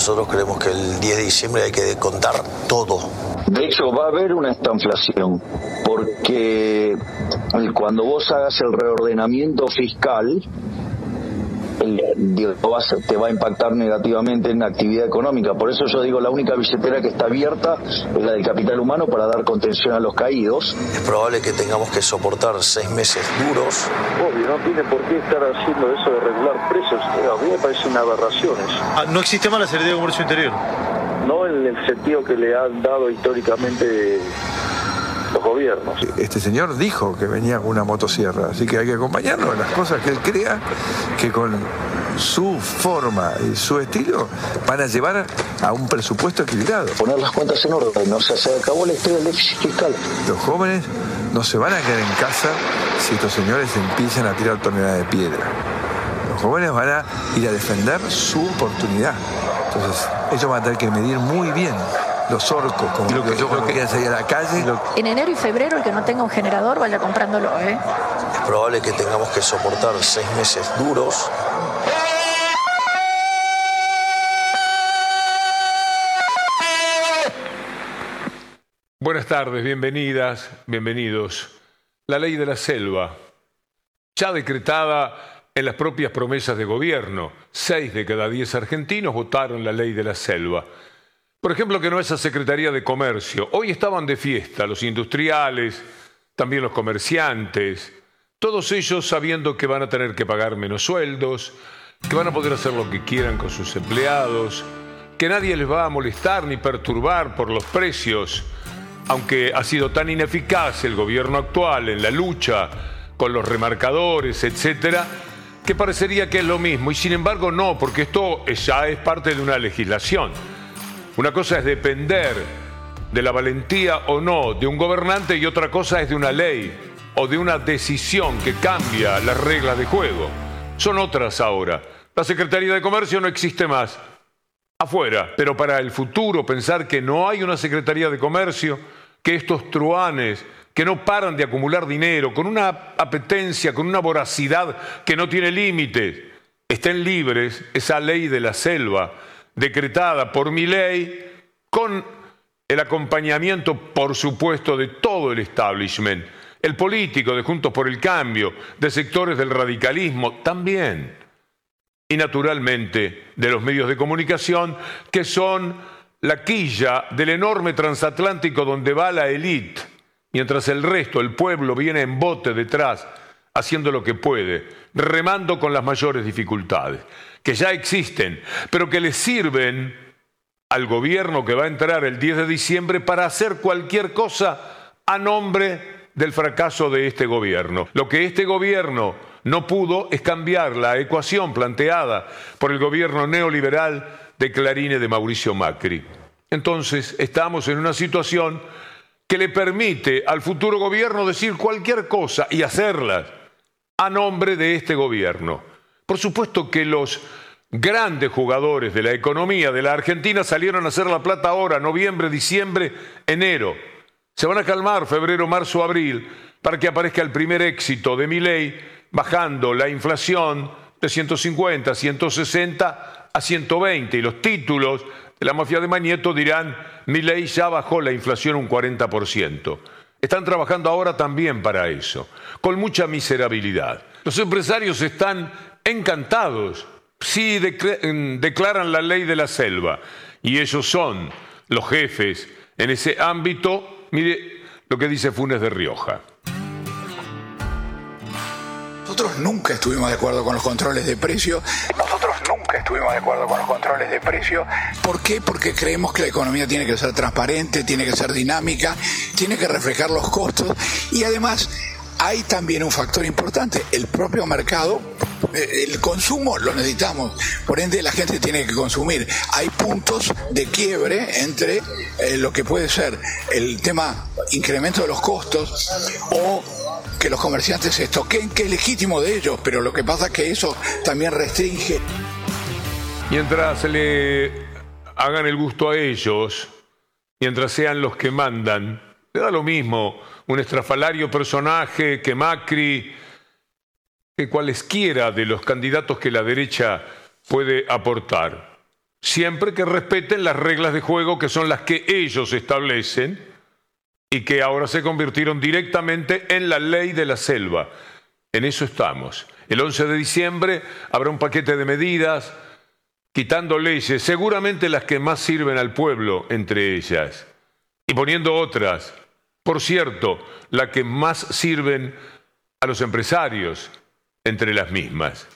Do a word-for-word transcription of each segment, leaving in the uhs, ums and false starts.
Nosotros creemos que el diez de diciembre hay que contar todo. De hecho, va a haber una estanflación, porque cuando vos hagas el reordenamiento fiscal, el, digo, va a ser, te va a impactar negativamente en la actividad económica. Por eso yo digo, la única billetera que está abierta es la del capital humano para dar contención a los caídos. Es probable que tengamos que soportar seis meses duros. Obvio, no tiene por qué estar haciendo eso de regular precios. A mí me parece una aberración eso. Ah, ¿no existe más la Secretaría de Comercio Interior? No en el sentido que le han dado históricamente los gobiernos. Este señor dijo que venía con una motosierra, así que hay que acompañarlo en las cosas que él crea que con su forma y su estilo van a llevar a un presupuesto equilibrado. Poner las cuentas en orden, no sea, se acabó la historia del déficit fiscal. Los jóvenes no se van a quedar en casa si estos señores empiezan a tirar toneladas de piedra. Los jóvenes van a ir a defender su oportunidad. Entonces, ellos van a tener que medir muy bien los orcos, como lo que yo cuando quieran salir a la calle. Lo... En enero y febrero el que no tenga un generador vaya comprándolo, ¿eh? Es probable que tengamos que soportar seis meses duros. Buenas tardes, bienvenidas, bienvenidos. La ley de la selva, ya decretada en las propias promesas de gobierno. Seis de cada diez argentinos votaron la ley de la selva. Por ejemplo, que no esa Secretaría de Comercio. Hoy estaban de fiesta los industriales, también los comerciantes, todos ellos sabiendo que van a tener que pagar menos sueldos, que van a poder hacer lo que quieran con sus empleados, que nadie les va a molestar ni perturbar por los precios, aunque ha sido tan ineficaz el gobierno actual en la lucha con los remarcadores, etcétera, que parecería que es lo mismo. Y sin embargo no, porque esto ya es parte de una legislación. Una cosa es depender de la valentía o no de un gobernante y otra cosa es de una ley o de una decisión que cambia las reglas de juego. Son otras ahora. La Secretaría de Comercio no existe más. Afuera. Pero para el futuro pensar que no hay una Secretaría de Comercio, que estos truanes que no paran de acumular dinero, con una apetencia, con una voracidad que no tiene límites, estén libres, esa ley de la selva, decretada por Milei, con el acompañamiento, por supuesto, de todo el establishment, el político de Juntos por el Cambio, de sectores del radicalismo, también, y naturalmente de los medios de comunicación, que son la quilla del enorme transatlántico donde va la élite, mientras el resto, el pueblo, viene en bote detrás, haciendo lo que puede, remando con las mayores dificultades, que ya existen, pero que le sirven al gobierno que va a entrar el diez de diciembre para hacer cualquier cosa a nombre del fracaso de este gobierno. Lo que este gobierno no pudo es cambiar la ecuación planteada por el gobierno neoliberal de Clarín y de Mauricio Macri. Entonces, estamos en una situación que le permite al futuro gobierno decir cualquier cosa y hacerlas a nombre de este gobierno. Por supuesto que los grandes jugadores de la economía de la Argentina salieron a hacer la plata ahora, noviembre, diciembre, enero. Se van a calmar febrero, marzo, abril, para que aparezca el primer éxito de Milei, bajando la inflación de ciento cincuenta, ciento sesenta a ciento veinte. Y los títulos de la mafia de Mañeto dirán: Milei ya bajó la inflación un cuarenta por ciento. Están trabajando ahora también para eso, con mucha miserabilidad. Los empresarios están encantados si declaran la ley de la selva. Y ellos son los jefes en ese ámbito. Mire lo que dice Funes de Rioja. Nosotros nunca estuvimos de acuerdo con los controles de precio. Nosotros nunca estuvimos de acuerdo con los controles de precio. ¿Por qué? Porque creemos que la economía tiene que ser transparente, tiene que ser dinámica, tiene que reflejar los costos y además hay también un factor importante, el propio mercado. El consumo lo necesitamos, por ende la gente tiene que consumir. Hay puntos de quiebre entre eh, lo que puede ser el tema incremento de los costos o que los comerciantes se estoquen, que es legítimo de ellos, pero lo que pasa es que eso también restringe. Mientras le hagan el gusto a ellos, mientras sean los que mandan, le da lo mismo un estrafalario personaje que Macri, que cualesquiera de los candidatos que la derecha puede aportar. siempre que respeten las reglas de juego que son las que ellos establecen y que ahora se convirtieron directamente en la ley de la selva. En eso estamos. El once de diciembre habrá un paquete de medidas quitando leyes, seguramente las que más sirven al pueblo entre ellas, y poniendo otras, por cierto, las que más sirven a los empresarios entre las mismas.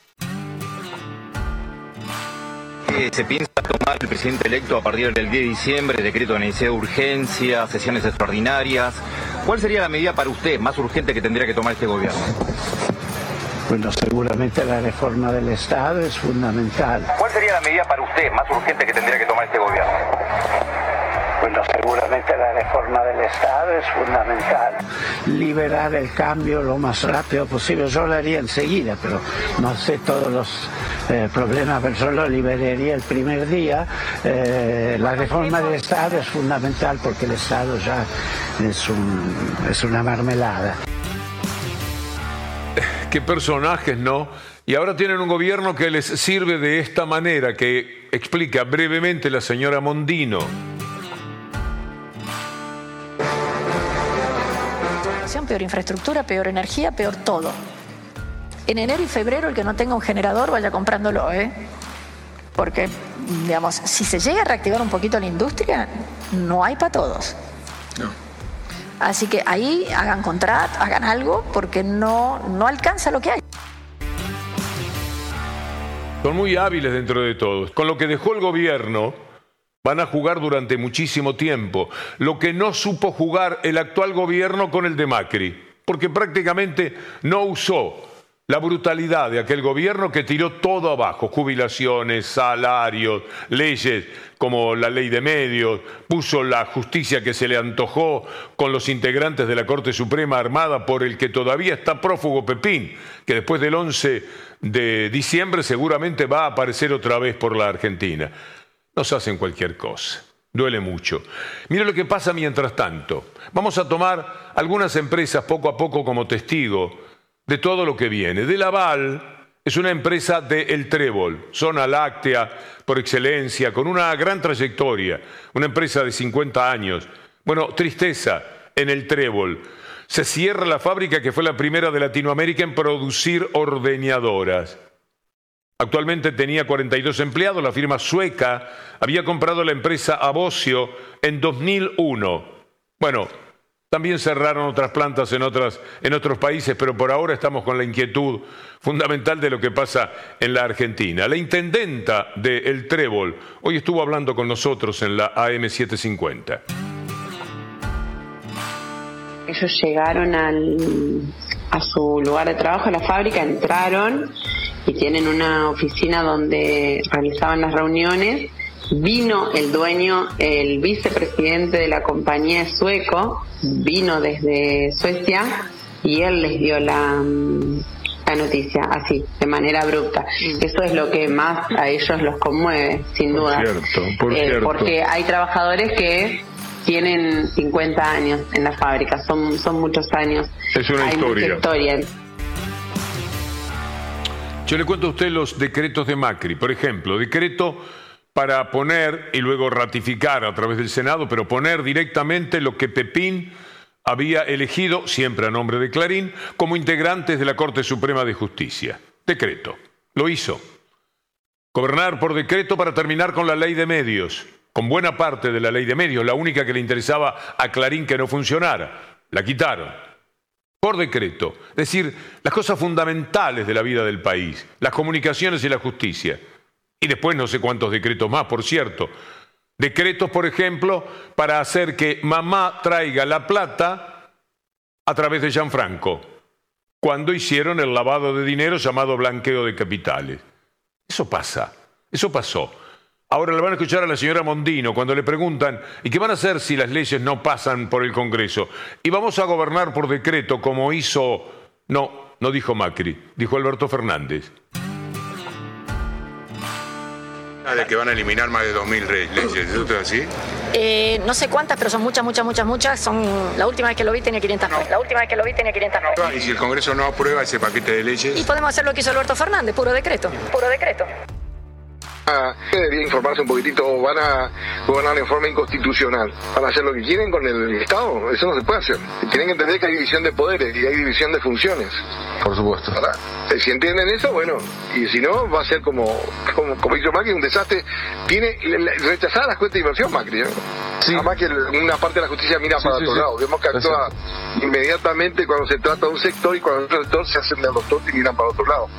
¿Se piensa tomar el presidente electo a partir del diez de diciembre, decreto de necesidad de urgencia, sesiones extraordinarias? ¿Cuál sería la medida para usted más urgente que tendría que tomar este gobierno? Bueno, seguramente la reforma del Estado es fundamental. ¿Cuál sería la medida para usted más urgente que tendría que tomar este gobierno? Bueno, seguramente la reforma del Estado es fundamental. Liberar el cambio lo más rápido posible. Yo lo haría enseguida, pero no sé todos los eh, problemas, pero yo lo liberaría el primer día. Eh, la reforma del Estado es fundamental porque el Estado ya es, un, es una marmelada. Qué personajes, ¿no? Y ahora tienen un gobierno que les sirve de esta manera, que explica brevemente la señora Mondino. Peor infraestructura, peor energía, peor todo. En enero y febrero el que no tenga un generador vaya comprándolo, ¿eh? Porque, digamos, si se llega a reactivar un poquito la industria, no hay para todos. No. Así que ahí hagan contrato, hagan algo, porque no, no alcanza lo que hay. Son muy hábiles dentro de todo. Con lo que dejó el gobierno, van a jugar durante muchísimo tiempo. Lo que no supo jugar el actual gobierno con el de Macri, porque prácticamente no usó la brutalidad de aquel gobierno que tiró todo abajo, jubilaciones, salarios, leyes como la ley de medios, puso la justicia que se le antojó con los integrantes de la Corte Suprema armada por el que todavía está prófugo Pepín, que después del once de diciembre seguramente va a aparecer otra vez por la Argentina. Nos hacen cualquier cosa, duele mucho. Mire lo que pasa mientras tanto. Vamos a tomar algunas empresas poco a poco como testigo de todo lo que viene. De Laval es una empresa de El Trébol, zona láctea por excelencia, con una gran trayectoria, una empresa de cincuenta años. Bueno, tristeza en El Trébol. Se cierra la fábrica que fue la primera de Latinoamérica en producir ordeñadoras. Actualmente tenía cuarenta y dos empleados, la firma sueca había comprado la empresa Abocio en dos mil uno. Bueno, también cerraron otras plantas en, otras, en otros países, pero por ahora estamos con la inquietud fundamental de lo que pasa en la Argentina. La intendenta de El Trébol hoy estuvo hablando con nosotros en la A M setecientos cincuenta. Ellos llegaron al, a su lugar de trabajo, a la fábrica, entraron y tienen una oficina donde realizaban las reuniones. Vino el dueño, el vicepresidente de la compañía es sueco, vino desde Suecia y él les dio la, la noticia así, de manera abrupta. Eso es lo que más a ellos los conmueve, sin duda. Por cierto, por eh, cierto. Porque hay trabajadores que tienen cincuenta años en la fábrica, son, son muchos años. Es una hay historia. Mucha historia. Yo le cuento a usted los decretos de Macri. Por ejemplo, decreto para poner y luego ratificar a través del Senado, pero poner directamente lo que Pepín había elegido, siempre a nombre de Clarín, como integrantes de la Corte Suprema de Justicia. Decreto. Lo hizo. Gobernar por decreto para terminar con la ley de medios, con buena parte de la ley de medios, la única que le interesaba a Clarín que no funcionara. La quitaron. Por decreto. Es decir, las cosas fundamentales de la vida del país, las comunicaciones y la justicia. Y después no sé cuántos decretos más, por cierto. Decretos, por ejemplo, para hacer que mamá traiga la plata a través de Gianfranco, cuando hicieron el lavado de dinero llamado blanqueo de capitales. Eso pasa, eso pasó. Ahora le van a escuchar a la señora Mondino cuando le preguntan ¿y qué van a hacer si las leyes no pasan por el Congreso? Y vamos a gobernar por decreto como hizo... No, no dijo Macri, dijo Alberto Fernández. De que van a eliminar más de dos mil leyes, ¿eso es así? Eh, no sé cuántas, pero son muchas, muchas, muchas, muchas. Son, la última vez que lo vi tenía quinientas. No. La última vez que lo vi tenía quinientas. ¿Y si el Congreso no aprueba ese paquete de leyes? Y podemos hacer lo que hizo Alberto Fernández, puro decreto, puro decreto. debería informarse un poquitito, van a gobernar en forma inconstitucional, van a hacer lo que quieren con el Estado, eso no se puede hacer. Tienen que entender que hay división de poderes y hay división de funciones. Por supuesto. ¿Verdad? Si entienden eso, bueno, y si no, va a ser como, como, como hizo Macri, un desastre. Tiene rechazar las cuentas de inversión Macri, ¿eh? Sí. Además que una parte de la justicia mira sí, para sí, otro sí. lado. Vemos que actúa sí. inmediatamente cuando se trata de un sector y cuando otro sector se hacen de los dos y miran para otro lado.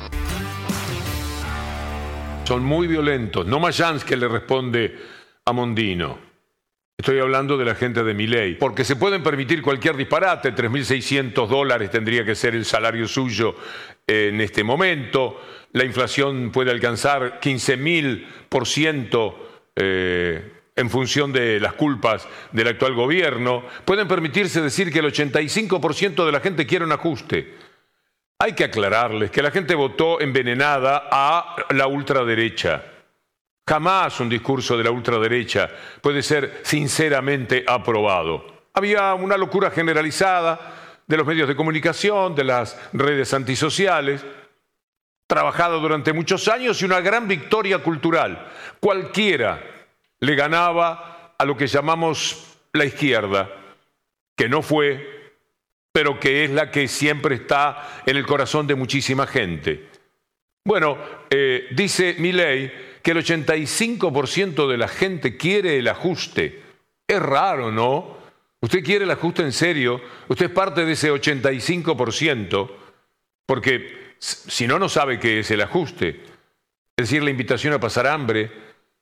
Son muy violentos. No Mayans que le responde a Mondino. Estoy hablando de la gente de Milei. Porque se pueden permitir cualquier disparate. tres mil seiscientos dólares tendría que ser el salario suyo en este momento. La inflación puede alcanzar quince mil por ciento eh, en función de las culpas del actual gobierno. Pueden permitirse decir que el ochenta y cinco por ciento de la gente quiere un ajuste. Hay que aclararles que la gente votó envenenada a la ultraderecha. Jamás un discurso de la ultraderecha puede ser sinceramente aprobado. Había una locura generalizada de los medios de comunicación, de las redes antisociales, trabajada durante muchos años y una gran victoria cultural. Cualquiera le ganaba a lo que llamamos la izquierda, que no fue, pero que es la que siempre está en el corazón de muchísima gente. Bueno, eh, dice Milei que el ochenta y cinco por ciento de la gente quiere el ajuste. Es raro, ¿no? Usted quiere el ajuste en serio, usted es parte de ese ochenta y cinco por ciento, porque si no, no sabe qué es el ajuste. Es decir, la invitación a pasar hambre.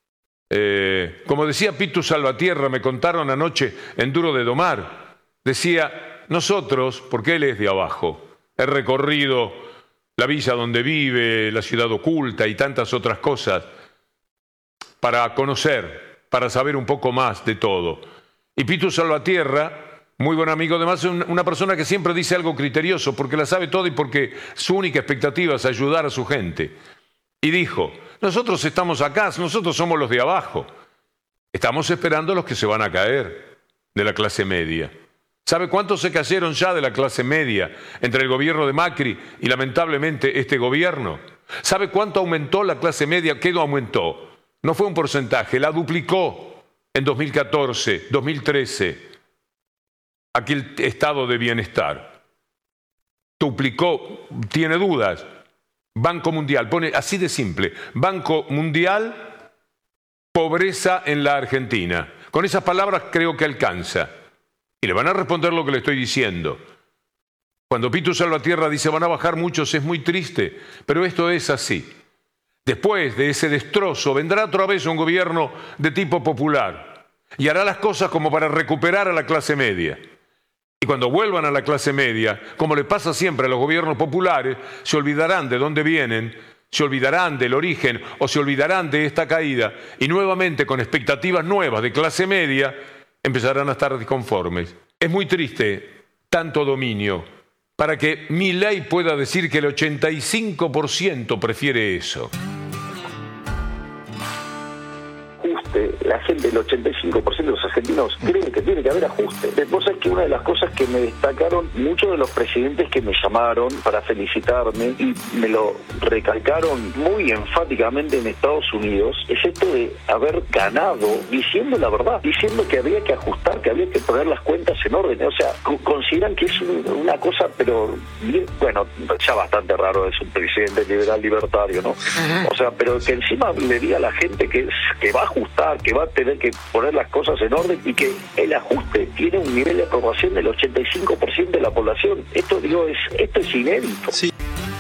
Eh, como decía Pitu Salvatierra, me contaron anoche en Duro de Domar, decía... Nosotros, porque él es de abajo, he recorrido la villa donde vive, la ciudad oculta y tantas otras cosas, para conocer, para saber un poco más de todo. Y Pitu Salvatierra, muy buen amigo, además es una persona que siempre dice algo criterioso, porque la sabe todo y porque su única expectativa es ayudar a su gente. Y dijo, nosotros estamos acá, nosotros somos los de abajo. Estamos esperando a los que se van a caer de la clase media. ¿Sabe cuántos se cayeron ya de la clase media entre el gobierno de Macri y lamentablemente este gobierno? ¿Sabe cuánto aumentó la clase media? ¿Qué no aumentó? No fue un porcentaje, la duplicó en dos mil catorce, dos mil trece, aquel estado de bienestar. Duplicó, tiene dudas. Banco Mundial, pone así de simple, Banco Mundial, pobreza en la Argentina. Con esas palabras creo que alcanza. Y le van a responder lo que le estoy diciendo. Cuando Pitu Salvatierra dice van a bajar muchos, es muy triste, pero esto es así. Después de ese destrozo vendrá otra vez un gobierno de tipo popular y hará las cosas como para recuperar a la clase media. Y cuando vuelvan a la clase media, como le pasa siempre a los gobiernos populares, se olvidarán de dónde vienen, se olvidarán del origen o se olvidarán de esta caída y nuevamente con expectativas nuevas de clase media empezarán a estar disconformes. Es muy triste tanto dominio para que Milei pueda decir que el ochenta y cinco por ciento prefiere eso. La gente, el ochenta y cinco por ciento de los argentinos creen que tiene que haber ajuste. Vos sabés que una de las cosas que me destacaron muchos de los presidentes que me llamaron para felicitarme y me lo recalcaron muy enfáticamente en Estados Unidos es esto de haber ganado diciendo la verdad, diciendo que había que ajustar, que había que poner las cuentas en orden. O sea, consideran que es un, una cosa, pero bien, bueno, ya bastante raro, es un presidente liberal libertario, ¿no? O sea, pero que encima le diga a la gente que, que va a ajustar, que va a tener que poner las cosas en orden y que el ajuste tiene un nivel de aprobación del ochenta y cinco por ciento de la población. Esto, digo, es, esto es inédito. Sí.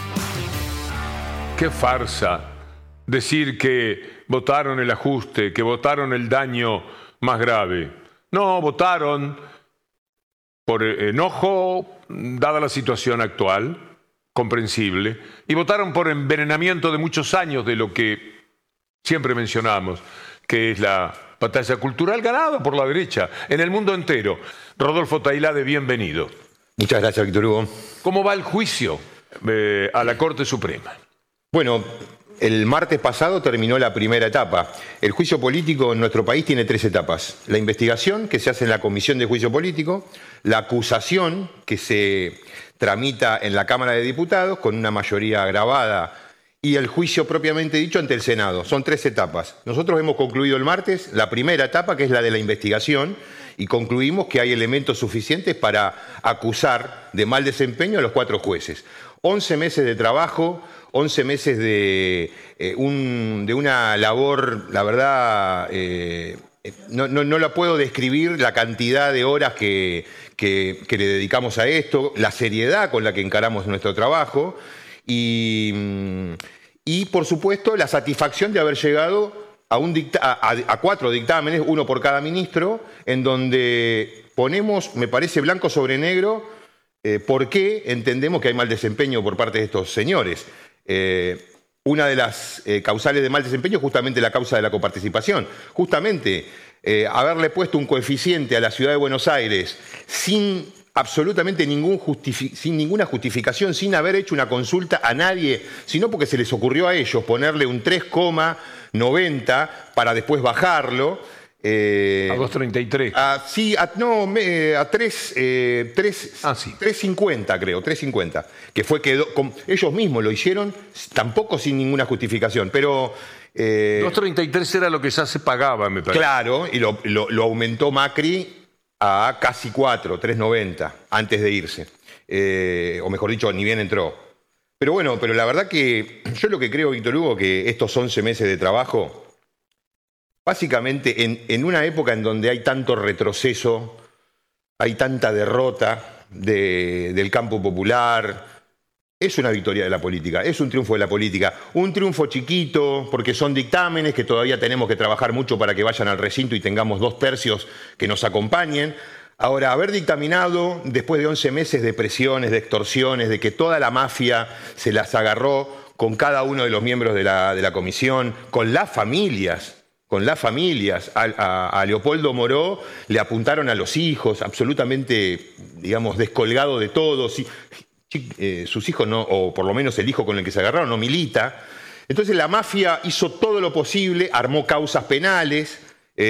Qué farsa decir que votaron el ajuste, que votaron el daño más grave. No, votaron por enojo, dada la situación actual, comprensible, y votaron por envenenamiento de muchos años de lo que siempre mencionamos, que es la batalla cultural ganada por la derecha en el mundo entero. Rodolfo Tailade, bienvenido. Muchas gracias, Víctor Hugo. ¿Cómo va el juicio eh, a la Corte Suprema? Bueno, el martes pasado terminó la primera etapa. El juicio político en nuestro país tiene tres etapas. La investigación, que se hace en la Comisión de Juicio Político, la acusación, que se tramita en la Cámara de Diputados con una mayoría agravada y el juicio propiamente dicho ante el Senado. Son tres etapas. Nosotros hemos concluido el martes la primera etapa, que es la de la investigación, y concluimos que hay elementos suficientes para acusar de mal desempeño a los cuatro jueces. once meses de trabajo, once meses de, eh, un, de una labor, la verdad, eh, no, no, no la puedo describir, la cantidad de horas que, que, que le dedicamos a esto, la seriedad con la que encaramos nuestro trabajo. Y, y, por supuesto, la satisfacción de haber llegado a, un dicta a, a cuatro dictámenes, uno por cada ministro, en donde ponemos, me parece, blanco sobre negro, eh, por qué entendemos que hay mal desempeño por parte de estos señores. Eh, una de las eh, causales de mal desempeño es justamente la causa de la coparticipación. Justamente, eh, haberle puesto un coeficiente a la ciudad de Buenos Aires sin absolutamente ningún sin ninguna justificación, sin haber hecho una consulta a nadie, sino porque se les ocurrió a ellos ponerle un tres coma noventa para después bajarlo. Eh, a dos coma treinta y tres. A, sí, a, no, me, a tres, eh, tres, ah, sí. tres cincuenta creo, tres cincuenta. Que fue que con, ellos mismos lo hicieron, tampoco sin ninguna justificación, pero... Eh, dos coma treinta y tres era lo que ya se pagaba, me parece. Claro, y lo, lo, lo aumentó Macri a casi cuatro, tres noventa, antes de irse. Eh, o mejor dicho, ni bien entró. Pero bueno, pero la verdad que yo lo que creo, Víctor Hugo, que estos once meses de trabajo, básicamente en, en una época en donde hay tanto retroceso, hay tanta derrota de, del campo popular, es una victoria de la política, es un triunfo de la política. Un triunfo chiquito, porque son dictámenes que todavía tenemos que trabajar mucho para que vayan al recinto y tengamos dos tercios que nos acompañen. Ahora, haber dictaminado después de once meses de presiones, de extorsiones, de que toda la mafia se las agarró con cada uno de los miembros de la, de la comisión, con las familias, con las familias. A, a, a Leopoldo Moró le apuntaron a los hijos, absolutamente, digamos, descolgado de todo. Sí, Eh, sus hijos no, o por lo menos el hijo con el que se agarraron, no milita. Entonces la mafia hizo todo lo posible, armó causas penales,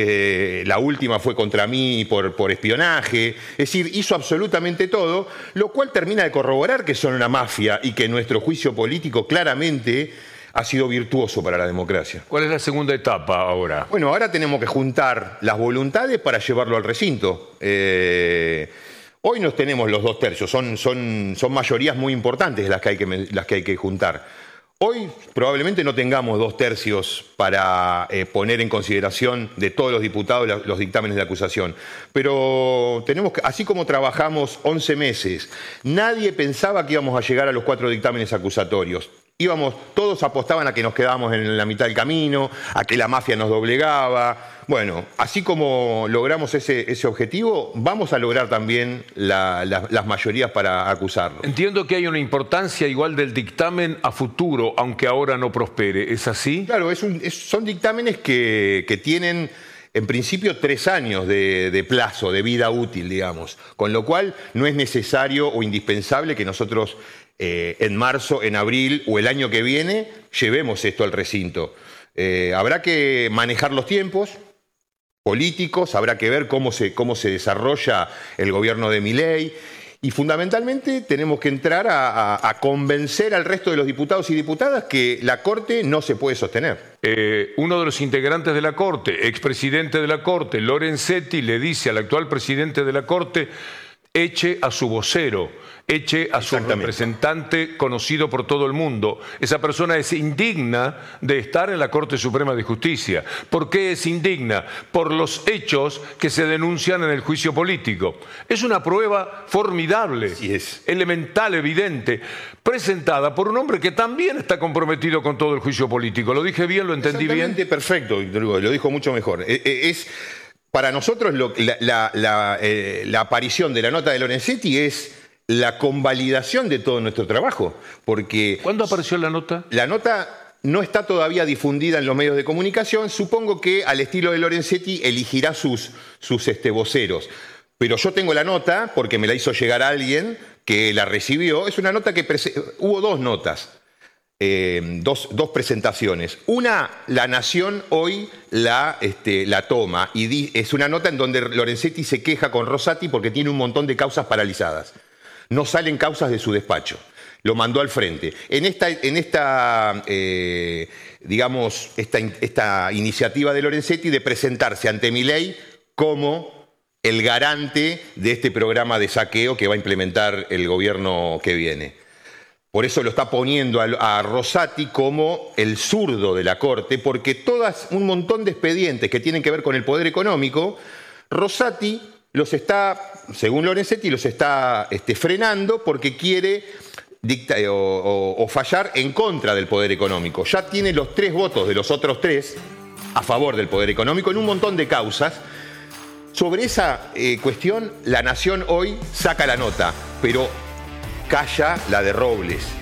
eh, la última fue contra mí por, por espionaje, es decir, hizo absolutamente todo, lo cual termina de corroborar que son una mafia y que nuestro juicio político claramente ha sido virtuoso para la democracia. ¿Cuál es la segunda etapa ahora? Bueno, ahora tenemos que juntar las voluntades para llevarlo al recinto. Eh, Hoy nos tenemos los dos tercios, son, son, son mayorías muy importantes las que, hay que, las que hay que juntar. Hoy probablemente no tengamos dos tercios para eh, poner en consideración de todos los diputados los, los dictámenes de acusación, pero tenemos que, así como trabajamos once meses, nadie pensaba que íbamos a llegar a los cuatro dictámenes acusatorios. Íbamos, todos apostaban a que nos quedábamos en la mitad del camino, a que la mafia nos doblegaba. Bueno, así como logramos ese, ese objetivo, vamos a lograr también la, la, las mayorías para acusarlo. Entiendo que hay una importancia igual del dictamen a futuro, aunque ahora no prospere. ¿Es así? Claro, es un, es, son dictámenes que, que tienen en principio tres años de, de plazo, de vida útil, digamos. Con lo cual no es necesario o indispensable que nosotros eh, en marzo, en abril o el año que viene llevemos esto al recinto. Eh, habrá que manejar los tiempos políticos, habrá que ver cómo se, cómo se desarrolla el gobierno de Milei y fundamentalmente tenemos que entrar a, a, a convencer al resto de los diputados y diputadas que la Corte no se puede sostener. Eh, uno de los integrantes de la Corte, expresidente de la Corte, Lorenzetti, le dice al actual presidente de la Corte: eche a su vocero, eche a su representante conocido por todo el mundo. Esa persona es indigna de estar en la Corte Suprema de Justicia. ¿Por qué es indigna? Por los hechos que se denuncian en el juicio político. Es una prueba formidable, sí es. elemental, evidente, presentada por un hombre que también está comprometido con todo el juicio político. ¿Lo dije bien? ¿Lo entendí bien? Perfecto, Víctor Hugo, lo dijo mucho mejor. Es... Para nosotros lo, la, la, la, eh, la aparición de la nota de Lorenzetti es la convalidación de todo nuestro trabajo. Porque ¿cuándo apareció la nota? La nota no está todavía difundida en los medios de comunicación. Supongo que al estilo de Lorenzetti elegirá sus, sus este, voceros. Pero yo tengo la nota porque me la hizo llegar alguien que la recibió. Es una nota que... Hubo dos notas. Eh, dos, dos presentaciones. Una, La Nación hoy la, este, la toma y di, es una nota en donde Lorenzetti se queja con Rosati porque tiene un montón de causas paralizadas. No salen causas de su despacho. lo mandó al frente. En esta, en esta eh, digamos, esta, esta iniciativa de Lorenzetti de presentarse ante Milei como el garante de este programa de saqueo que va a implementar el gobierno que viene. Por eso lo está poniendo a, a Rosati como el zurdo de la Corte, porque todas un montón de expedientes que tienen que ver con el poder económico, Rosati los está, según Lorenzetti, los está este, frenando porque quiere dicta, o, o, o fallar en contra del poder económico. Ya tiene los tres votos de los otros tres a favor del poder económico en un montón de causas. Sobre esa eh, cuestión, La Nación hoy saca la nota, pero calla la de Robles.